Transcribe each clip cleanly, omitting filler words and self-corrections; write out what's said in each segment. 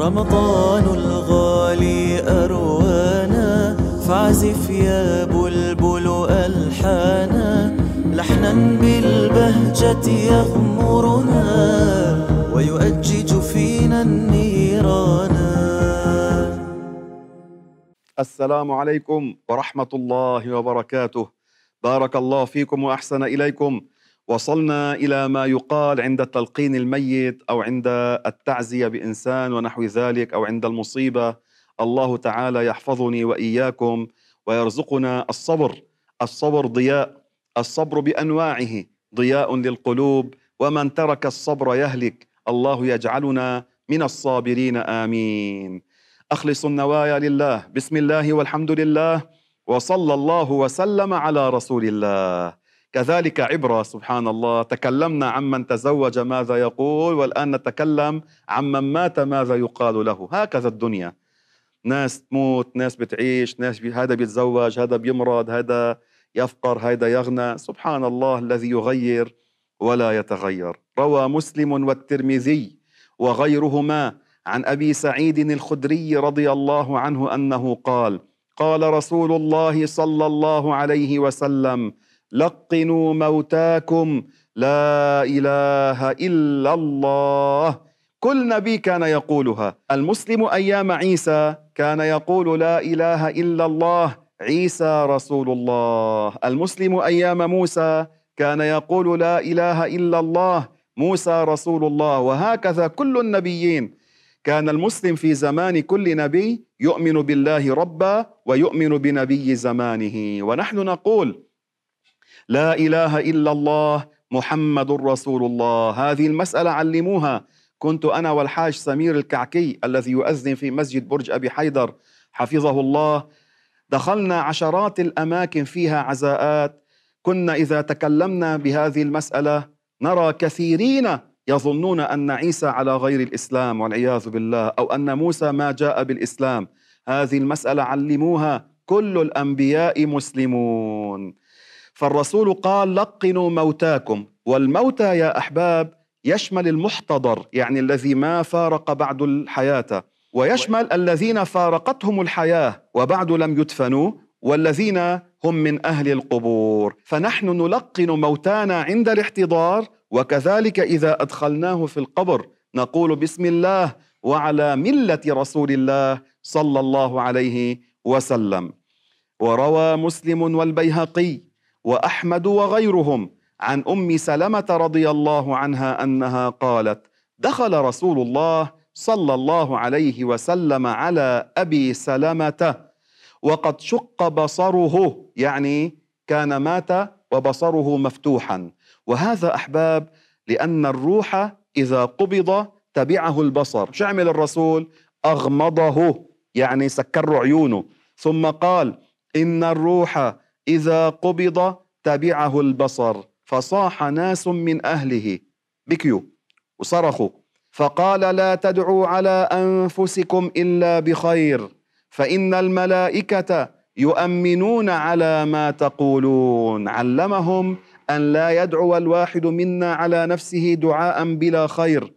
رمضان الغالي أروانا، فاعزف يا بلبل ألحانا، لحنا بالبهجة يغمرنا ويؤجج فينا النيرانا. السلام عليكم ورحمة الله وبركاته. بارك الله فيكم وأحسن إليكم. وصلنا إلى ما يقال عند تلقين الميت أو عند التعزية بإنسان ونحو ذلك أو عند المصيبة: الله تعالى يحفظني وإياكم ويرزقنا الصبر. الصبر ضياء، الصبر بأنواعه ضياء للقلوب، ومن ترك الصبر يهلك. الله يجعلنا من الصابرين آمين. أخلص النوايا لله، بسم الله والحمد لله وصلى الله وسلم على رسول الله. كذلك عبرة، سبحان الله، تكلمنا عمن تزوج ماذا يقول، والآن نتكلم عمن مات ماذا يقال له. هكذا الدنيا، ناس تموت، ناس بتعيش، هذا بيتزوج، هذا بيمرض، هذا يفقر، هذا يغنى. سبحان الله الذي يغير ولا يتغير. روى مسلم والترمذي وغيرهما عن أبي سعيد الخدري رضي الله عنه أنه قال: قال رسول الله صلى الله عليه وسلم: لقنوا موتاكم لا إله إلا الله. كل نبي كان يقولها. المسلم أيام عيسى كان يقول لا إله إلا الله، عيسى رسول الله. المسلم أيام موسى كان يقول لا إله إلا الله، موسى رسول الله. وهكذا كل النبيين. كان المسلم في زمان كل نبي يؤمن بالله ربا ويؤمن بنبي زمانه. ونحن نقول لا إله إلا الله محمد رسول الله. هذه المسألة علموها. كنت أنا والحاج سمير الكعكي الذي يؤذن في مسجد برج أبي حيدر حفظه الله، دخلنا عشرات الأماكن فيها عزاءات. كنا إذا تكلمنا بهذه المسألة نرى كثيرين يظنون أن عيسى على غير الإسلام والعياذ بالله، أو أن موسى ما جاء بالإسلام. هذه المسألة علموها. كل الأنبياء مسلمون. فالرسول قال: لقنوا موتاكم. والموتى يا أحباب يشمل المحتضر، يعني الذي ما فارق بعد الحياة، ويشمل الذين فارقتهم الحياة وبعد لم يدفنوا، والذين هم من أهل القبور. فنحن نلقن موتانا عند الاحتضار، وكذلك إذا أدخلناه في القبر نقول بسم الله وعلى ملة رسول الله صلى الله عليه وسلم. وروى مسلم والبيهقي وأحمد وغيرهم عن أم سلمة رضي الله عنها أنها قالت: دخل رسول الله صلى الله عليه وسلم على أبي سلمة وقد شق بصره، يعني كان مات وبصره مفتوحا. وهذا أحباب لأن الروح إذا قبض تبعه البصر. شو عمل الرسول؟ أغمضه، يعني سكر عيونه، ثم قال: إن الروح إذا قبض تبعه البصر. فصاح ناس من أهله، بكيوا وصرخوا، فقال: لا تدعوا على أنفسكم إلا بخير، فإن الملائكة يؤمنون على ما تقولون. علمهم أن لا يدعو الواحد منا على نفسه دعاء بلا خير،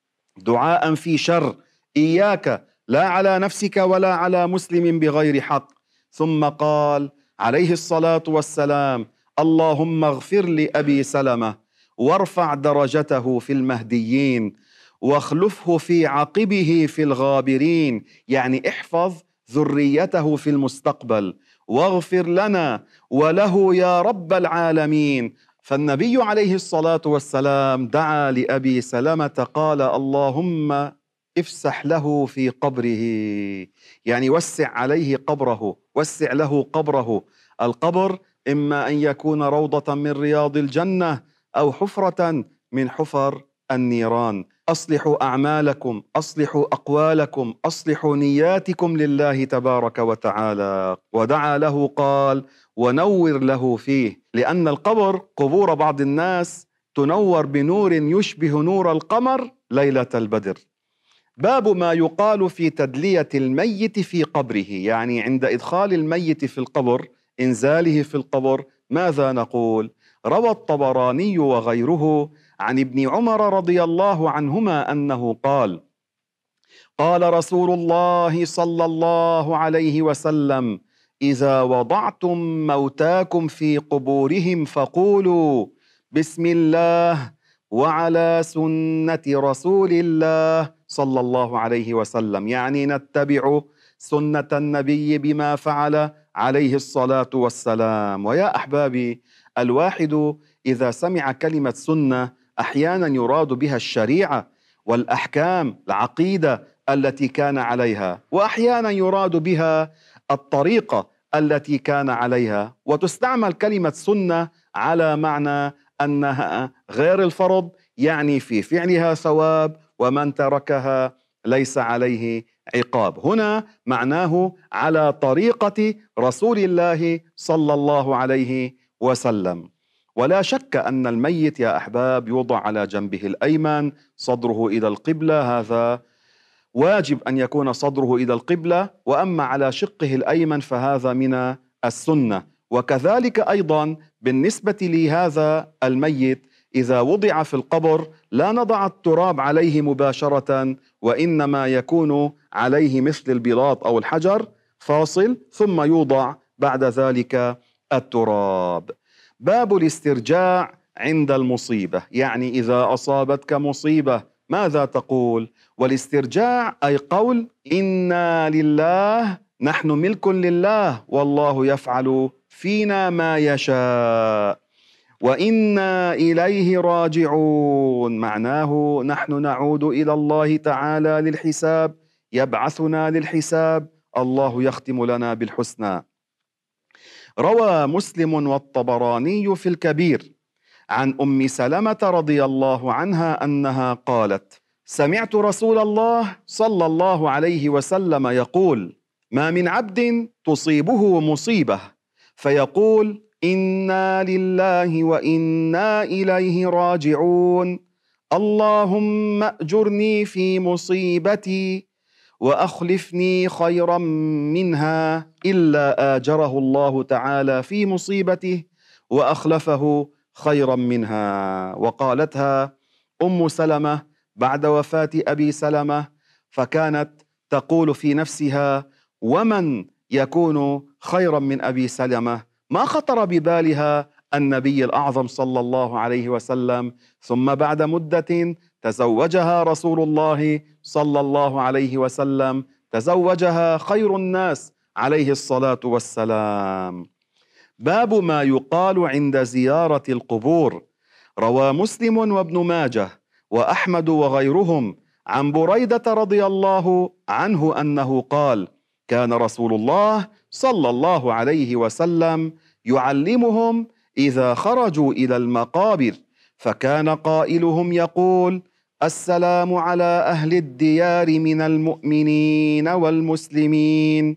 دعاء في شر. إياك، لا على نفسك ولا على مسلم بغير حق. ثم قال عليه الصلاة والسلام: اللهم اغفر لأبي سلمة وارفع درجته في المهديين واخلفه في عقبه في الغابرين، يعني احفظ ذريته في المستقبل، واغفر لنا وله يا رب العالمين. فالنبي عليه الصلاة والسلام دعا لأبي سلمة، قال: اللهم افسح له في قبره، يعني وسع عليه قبره، وسع له قبره. القبر إما أن يكون روضة من رياض الجنة أو حفرة من حفر النيران. أصلحوا أعمالكم، أصلحوا أقوالكم، أصلحوا نياتكم لله تبارك وتعالى. ودعا له قال: ونور له فيه، لأن القبر قبور بعض الناس تنور بنور يشبه نور القمر ليلة البدر. باب ما يقال في تدلية الميت في قبره، يعني عند إدخال الميت في القبر، إنزاله في القبر، ماذا نقول؟ روى الطبراني وغيره عن ابن عمر رضي الله عنهما أنه قال: قال رسول الله صلى الله عليه وسلم: إذا وضعتم موتاكم في قبورهم فقولوا بسم الله وعلى سنة رسول الله صلى الله عليه وسلم، يعني نتبع سنة النبي بما فعل عليه الصلاة والسلام. ويا أحبابي، الواحد إذا سمع كلمة سنة أحيانا يراد بها الشريعة والأحكام العقيدة التي كان عليها، وأحيانا يراد بها الطريقة التي كان عليها، وتستعمل كلمة سنة على معنى أنها غير الفرض، يعني في فعلها ثواب ومن تركها ليس عليه عقاب. هنا معناه على طريقة رسول الله صلى الله عليه وسلم. ولا شك أن الميت يا أحباب يوضع على جنبه الأيمن، صدره إلى القبلة، هذا واجب أن يكون صدره إلى القبلة، وأما على شقه الأيمن فهذا من السنة. وكذلك أيضا بالنسبة لهذا الميت إذا وضع في القبر لا نضع التراب عليه مباشرة، وإنما يكون عليه مثل البلاط أو الحجر فاصل، ثم يوضع بعد ذلك التراب. باب الاسترجاع عند المصيبة، يعني إذا أصابتك مصيبة ماذا تقول؟ والاسترجاع أي قول إنا لله، نحن ملك لله والله يفعل فينا ما يشاء، وإنا إليه راجعون، معناه نحن نعود إلى الله تعالى للحساب، يبعثنا للحساب، الله يختم لنا بالحسنى. روى مسلم والطبراني في الكبير عن أم سلمة رضي الله عنها أنها قالت: سمعت رسول الله صلى الله عليه وسلم يقول: ما من عبد تصيبه مصيبة فيقول إنا لله وإنا إليه راجعون، اللهم أجرني في مصيبتي وأخلفني خيرا منها، إلا آجره الله تعالى في مصيبته وأخلفه خيرا منها. وقالتها أم سلمة بعد وفاة أبي سلمة، فكانت تقول في نفسها: ومن يكون خيرا من أبي سلمة؟ ما خطر ببالها النبي الأعظم صلى الله عليه وسلم. ثم بعد مدة تزوجها رسول الله صلى الله عليه وسلم، تزوجها خير الناس عليه الصلاة والسلام. باب ما يقال عند زيارة القبور. روى مسلم وابن ماجه وأحمد وغيرهم عن بريدة رضي الله عنه أنه قال: كان رسول الله صلى الله عليه وسلم يعلمهم إذا خرجوا إلى المقابر، فكان قائلهم يقول: السلام على أهل الديار من المؤمنين والمسلمين،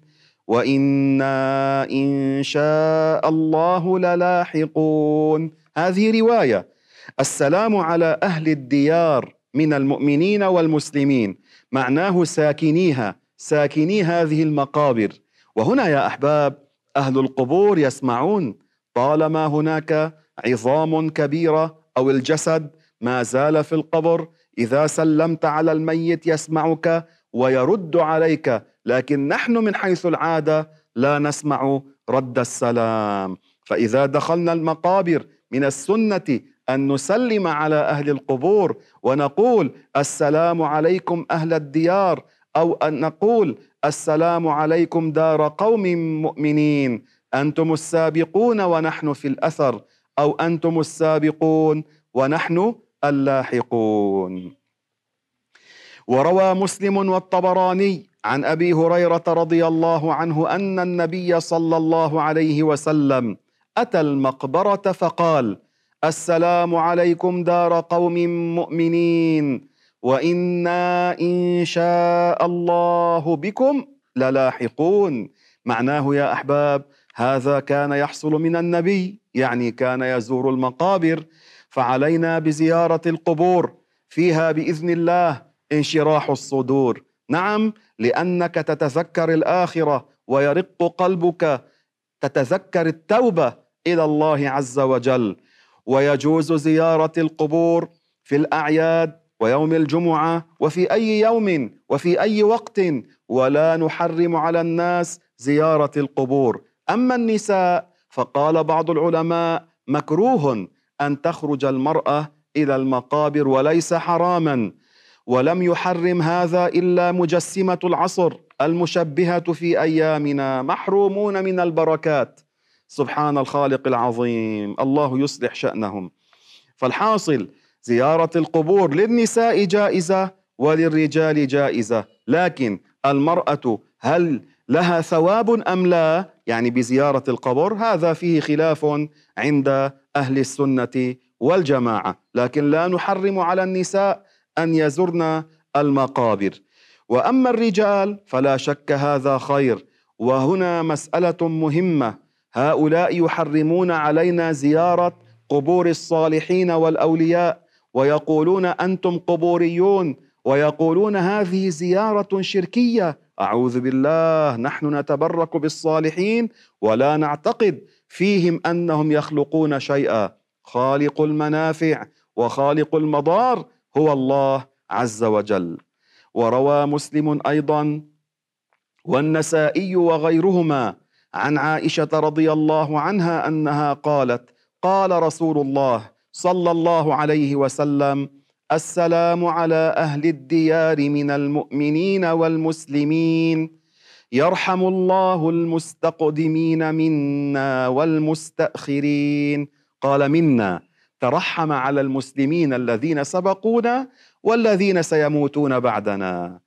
وإنا إن شاء الله للاحقون. هذه رواية: السلام على أهل الديار من المؤمنين والمسلمين، معناه ساكنيها، ساكني هذه المقابر. وهنا يا أحباب أهل القبور يسمعون، طالما هناك عظام كبيرة أو الجسد ما زال في القبر، إذا سلمت على الميت يسمعك ويرد عليك، لكن نحن من حيث العادة لا نسمع رد السلام. فإذا دخلنا المقابر من السنة أن نسلم على أهل القبور ونقول: السلام عليكم أهل الديار، أو أن نقول: السلام عليكم دار قوم مؤمنين، أنتم السابقون ونحن في الأثر، أو أنتم السابقون ونحن اللاحقون. وروى مسلم والطبراني عن أبي هريرة رضي الله عنه أن النبي صلى الله عليه وسلم أتى المقبرة فقال: السلام عليكم دار قوم مؤمنين، وإنا إن شاء الله بكم للاحقون. معناه يا أحباب هذا كان يحصل من النبي، يعني كان يزور المقابر، فعلينا بزيارة القبور، فيها بإذن الله انشراح الصدور. نعم، لأنك تتذكر الآخرة ويرق قلبك، تتذكر التوبة إلى الله عز وجل. ويجوز زيارة القبور في الأعياد ويوم الجمعة وفي أي يوم وفي أي وقت، ولا نحرم على الناس زيارة القبور. أما النساء فقال بعض العلماء مكروه أن تخرج المرأة إلى المقابر وليس حراما، ولم يحرم هذا إلا مجسمة العصر المشبهة في أيامنا، محرومون من البركات. سبحان الخالق العظيم، الله يصلح شأنهم. فالحاصل زيارة القبور للنساء جائزة وللرجال جائزة، لكن المرأة هل لها ثواب أم لا؟ يعني بزيارة القبر هذا فيه خلاف عند أهل السنة والجماعة، لكن لا نحرم على النساء أن يزرن المقابر. وأما الرجال فلا شك هذا خير. وهنا مسألة مهمة، هؤلاء يحرمون علينا زيارة قبور الصالحين والأولياء، ويقولون أنتم قبوريون، ويقولون هذه زيارة شركية. أعوذ بالله، نحن نتبرك بالصالحين ولا نعتقد فيهم أنهم يخلقون شيئا. خالق المنافع وخالق المضار هو الله عز وجل. وروى مسلم أيضا والنسائي وغيرهما عن عائشة رضي الله عنها أنها قالت: قال رسول الله صلى الله عليه وسلم: السلام على أهل الديار من المؤمنين والمسلمين، يرحم الله المستقدمين منا والمستأخرين. قال منا، ترحم على المسلمين الذين سبقونا والذين سيموتون بعدنا،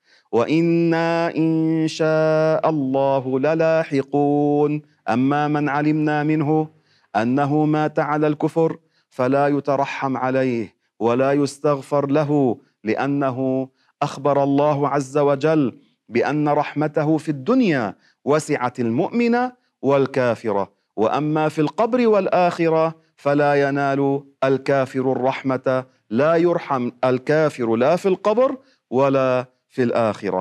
وإنا إن شاء الله للاحقون. أما من علمنا منه أنه مات على الكفر فلا يترحم عليه ولا يستغفر له، لأنه أخبر الله عز وجل بأن رحمته في الدنيا وسعت المؤمن والكافر، وأما في القبر والآخرة فلا ينال الكافر الرحمة، لا يرحم الكافر لا في القبر ولا في الآخرة.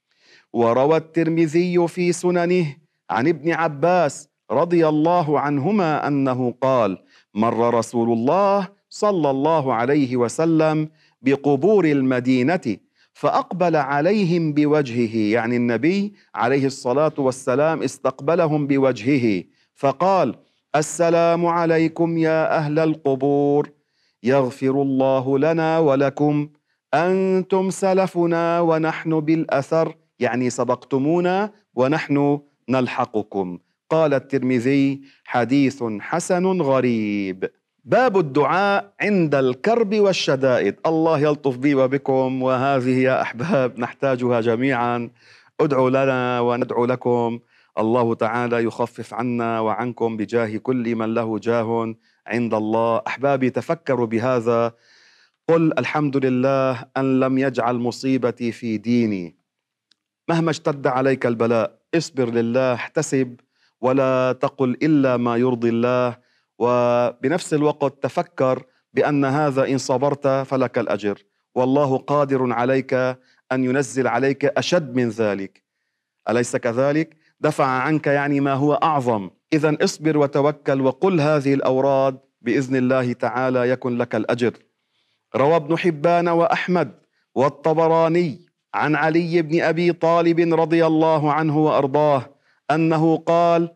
وروى الترمذي في سننه عن ابن عباس رضي الله عنهما أنه قال: مر رسول الله صلى الله عليه وسلم بقبور المدينة فأقبل عليهم بوجهه، يعني النبي عليه الصلاة والسلام استقبلهم بوجهه فقال: السلام عليكم يا أهل القبور، يغفر الله لنا ولكم، أنتم سلفنا ونحن بالأثر، يعني سبقتمونا ونحن نلحقكم. قال الترمذي: حديث حسن غريب. باب الدعاء عند الكرب والشدائد. الله يلطف بي وبكم، وهذه يا أحباب نحتاجها جميعا. ادعوا لنا وندعو لكم، الله تعالى يخفف عنا وعنكم بجاه كل من له جاه عند الله. أحبابي تفكروا بهذا، قل الحمد لله أن لم يجعل مصيبتي في ديني. مهما اشتد عليك البلاء اصبر لله، احتسب ولا تقل إلا ما يرضي الله، وبنفس الوقت تفكر بأن هذا إن صبرت فلك الأجر، والله قادر عليك أن ينزل عليك أشد من ذلك، أليس كذلك؟ دفع عنك يعني ما هو أعظم. إذن اصبر وتوكل وقل هذه الأوراد، بإذن الله تعالى يكن لك الأجر. روى ابن حبان وأحمد والطبراني عن علي بن أبي طالب رضي الله عنه وأرضاه أنه قال: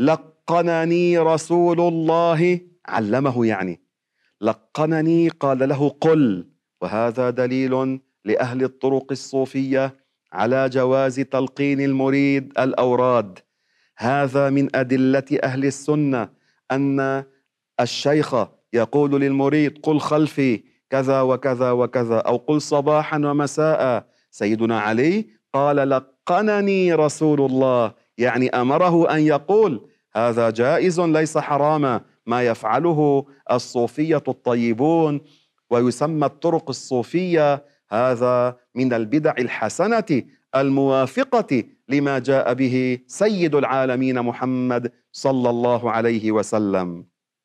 لقنني رسول الله، علمه يعني لقنني، قال له قل. وهذا دليل لأهل الطرق الصوفية على جواز تلقين المريد الأوراد. هذا من أدلة أهل السنة أن الشيخ يقول للمريد: قل خلفي كذا وكذا وكذا، أو قل صباحا ومساء. سيدنا علي قال: لقنني رسول الله، يعني أمره أن يقول. هذا جائز ليس حراما، ما يفعله الصوفية الطيبون، ويسمى الطرق الصوفية. هذا من البدع الحسنة الموافقة لما جاء به سيد العالمين محمد صلى الله عليه وسلم.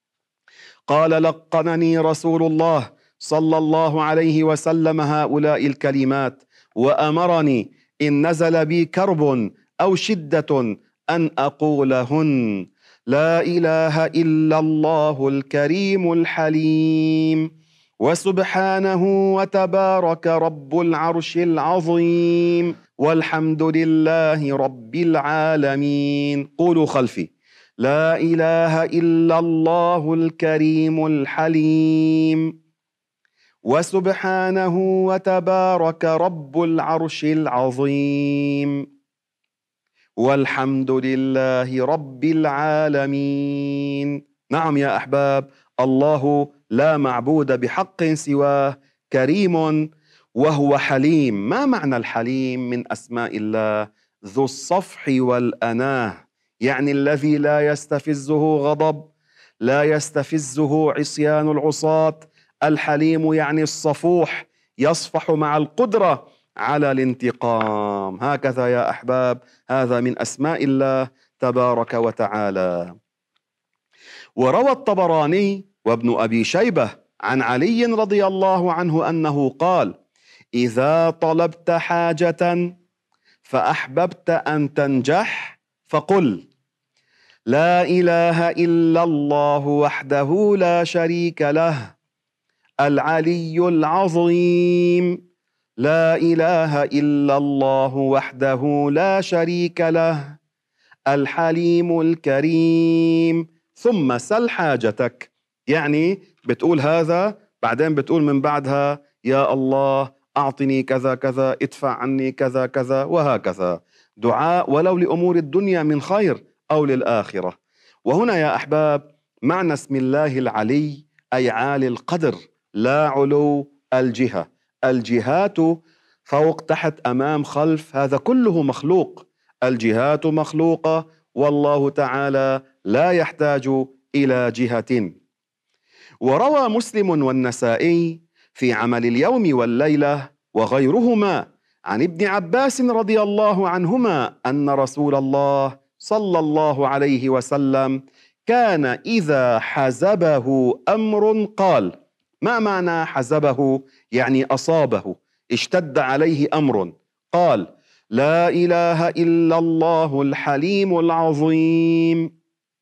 قال: لقنني رسول الله صلى الله عليه وسلم هؤلاء الكلمات، وأمرني إن نزل بي كرب أو شدة أن أقولهن: لا إله إلا الله الكريم الحليم، وسبحانه وتبارك رب العرش العظيم والحمد لله رب العالمين. قولوا خلفي: لا إله إلا الله الكريم الحليم وسبحانه وتبارك رب العرش العظيم والحمد لله رب العالمين. نعم يا أحباب، الله لا معبود بحق سواه، كريم وهو حليم. ما معنى الحليم؟ من أسماء الله ذو الصفح والأناه، يعني الذي لا يستفزه غضب، لا يستفزه عصيان العصاة. الحليم يعني الصفوح، يصفح مع القدرة على الانتقام. هكذا يا أحباب، هذا من أسماء الله تبارك وتعالى. وروى الطبراني وابن أبي شيبة عن علي رضي الله عنه أنه قال: إذا طلبت حاجة فأحببت أن تنجح فقل: لا إله إلا الله وحده لا شريك له العلي العظيم، لا إله إلا الله وحده لا شريك له الحليم الكريم، ثم سل حاجتك. يعني بتقول هذا، بعدين بتقول من بعدها: يا الله أعطني كذا كذا، ادفع عني كذا كذا، وهكذا. دعاء ولو لأمور الدنيا من خير أو للآخرة. وهنا يا أحباب معنى اسم الله العلي أي عالي القدر، لا علو الجهة. الجهات فوق تحت أمام خلف، هذا كله مخلوق. الجهات مخلوقة والله تعالى لا يحتاج إلى جهة. وروى مسلم والنسائي في عمل اليوم والليلة وغيرهما عن ابن عباس رضي الله عنهما أن رسول الله صلى الله عليه وسلم كان إذا حزبه أمر قال. ما معنى حزبه؟ يعني أصابه، اشتد عليه أمر، قال: لا إله إلا الله الحليم العظيم،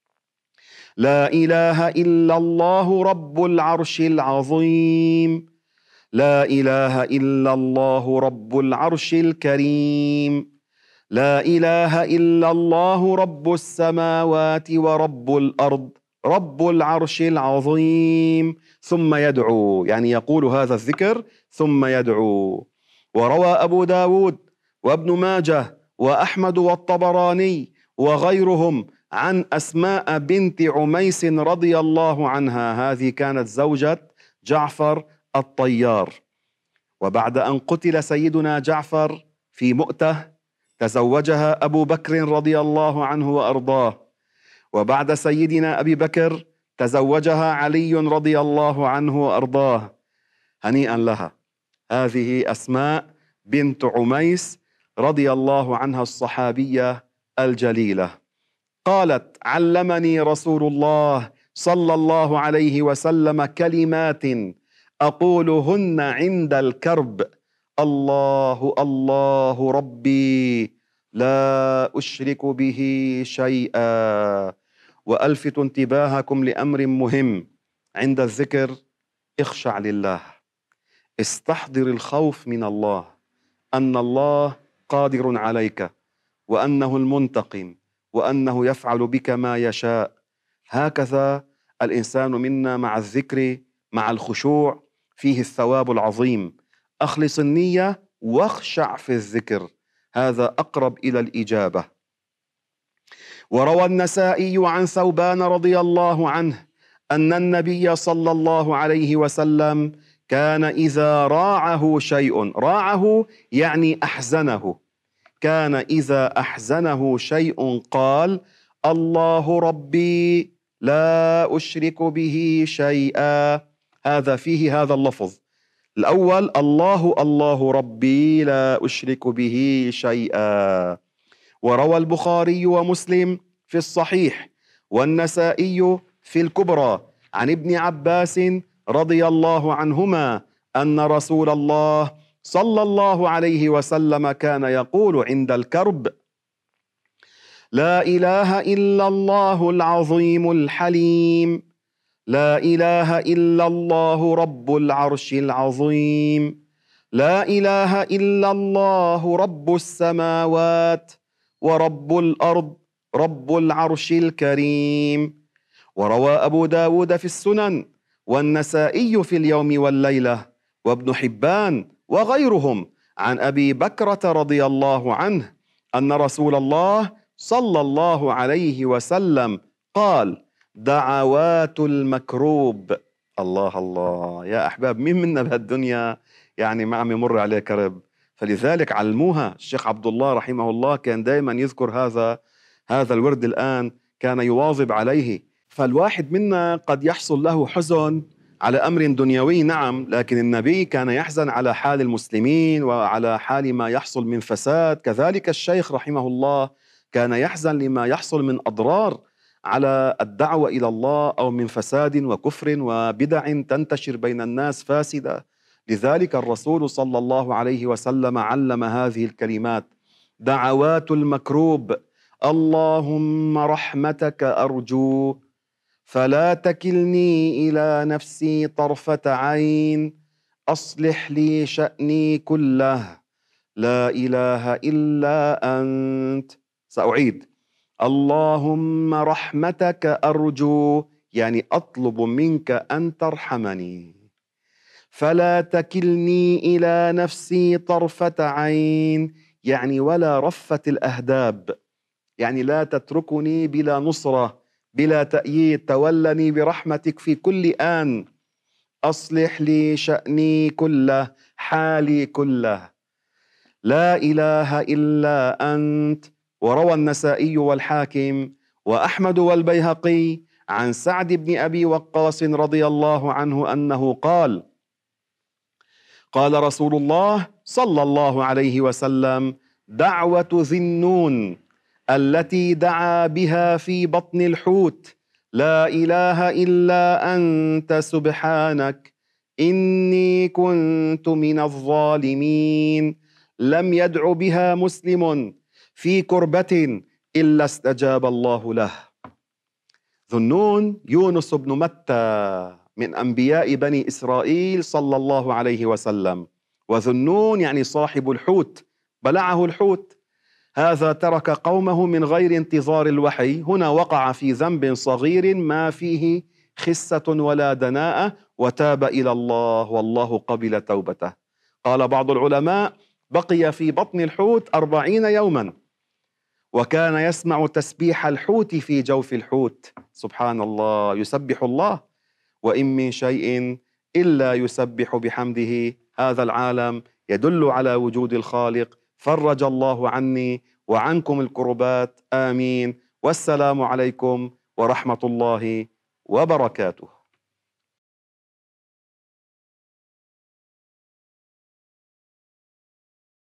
لا إله إلا الله رب العرش العظيم، لا إله إلا الله رب العرش الكريم، لا إله إلا الله رب السماوات ورب الأرض رب العرش العظيم. ثم يدعو، يعني يقول هذا الذكر ثم يدعو. وروى أبو داود وابن ماجه وأحمد والطبراني وغيرهم عن أسماء بنت عميس رضي الله عنها، هذه كانت زوجة جعفر الطيار. وبعد أن قتل سيدنا جعفر في مؤتة تزوجها أبو بكر رضي الله عنه وأرضاه، وبعد سيدنا أبي بكر تزوجها علي رضي الله عنه وأرضاه. هنيئا لها. هذه أسماء بنت عميس رضي الله عنها الصحابية الجليلة. قالت: علمني رسول الله صلى الله عليه وسلم كلمات أقولهن عند الكرب: الله الله ربي لا أشرك به شيئا. وألفت انتباهكم لأمر مهم عند الذكر: اخشع لله، استحضر الخوف من الله، أن الله قادر عليك، وأنه المنتقم، وأنه يفعل بك ما يشاء. هكذا الإنسان منا مع الذكر، مع الخشوع فيه الثواب العظيم. أخلص النية واخشع في الذكر، هذا أقرب إلى الإجابة. وروى النسائي عن ثوبان رضي الله عنه أن النبي صلى الله عليه وسلم كان إذا راعه شيء، راعه يعني أحزنه، كان إذا أحزنه شيء قال: الله ربي لا أشرك به شيئا. هذا فيه هذا اللفظ الأول: الله الله ربي لا أشرك به شيئا. وروى البخاري ومسلم في الصحيح والنسائي في الكبرى عن ابن عباس رضي الله عنهما أن رسول الله صلى الله عليه وسلم كان يقول عند الكرب: لا إله إلا الله العظيم الحليم، لا إله إلا الله رب العرش العظيم. لا إله إلا الله رب السماوات ورب الأرض رب العرش الكريم. وروى أبو داود في السنن والنسائي في اليوم والليلة وابن حبان وغيرهم عن أبي بكرة رضي الله عنه أن رسول الله صلى الله عليه وسلم قال: دعوات المكروب. الله الله يا أحباب، مين منا بهالدنيا يعني ما عم يمر عليه كرب؟ فلذلك علموها. الشيخ عبد الله رحمه الله كان دائما يذكر هذا الورد، الآن كان يواظب عليه. فالواحد منا قد يحصل له حزن على أمر دنيوي، نعم، لكن النبي كان يحزن على حال المسلمين وعلى حال ما يحصل من فساد. كذلك الشيخ رحمه الله كان يحزن لما يحصل من أضرار على الدعوة إلى الله أو من فساد وكفر وبدع تنتشر بين الناس فاسدة. لذلك الرسول صلى الله عليه وسلم علم هذه الكلمات: دعوات المكروب. اللهم رحمتك أرجو فلا تكلني إلى نفسي طرفة عين، أصلح لي شأني كله، لا إله إلا أنت. سأعيد: اللهم رحمتك أرجو، يعني أطلب منك أن ترحمني، فلا تكلني إلى نفسي طرفة عين، يعني ولا رفة الأهداب، يعني لا تتركني بلا نصرة بلا تأييد، تولني برحمتك في كل آن. أصلح لي شأني كله، حالي كله، لا إله إلا أنت. وروى النسائي والحاكم وأحمد والبيهقي عن سعد بن أبي وقاص رضي الله عنه أنه قال: قال رسول الله صلى الله عليه وسلم: دعوة ذي النون التي دعا بها في بطن الحوت: لا إله إلا أنت سبحانك إني كنت من الظالمين، لم يدع بها مسلم في كربة إلا استجاب الله له. ذو النون يونس بن متى من أنبياء بني إسرائيل صلى الله عليه وسلم. وذو النون يعني صاحب الحوت، بلعه الحوت. هذا ترك قومه من غير انتظار الوحي، هنا وقع في ذنب صغير ما فيه خسة ولا دناءة، وتاب إلى الله والله قبل توبته. قال بعض العلماء: بقي في بطن الحوت 40 يوما، وكان يسمع تسبيح الحوت في جوف الحوت. سبحان الله، يسبح الله، وإن من شيء إلا يسبح بحمده. هذا العالم يدل على وجود الخالق. فرج الله عني وعنكم الكربات، آمين. والسلام عليكم ورحمة الله وبركاته.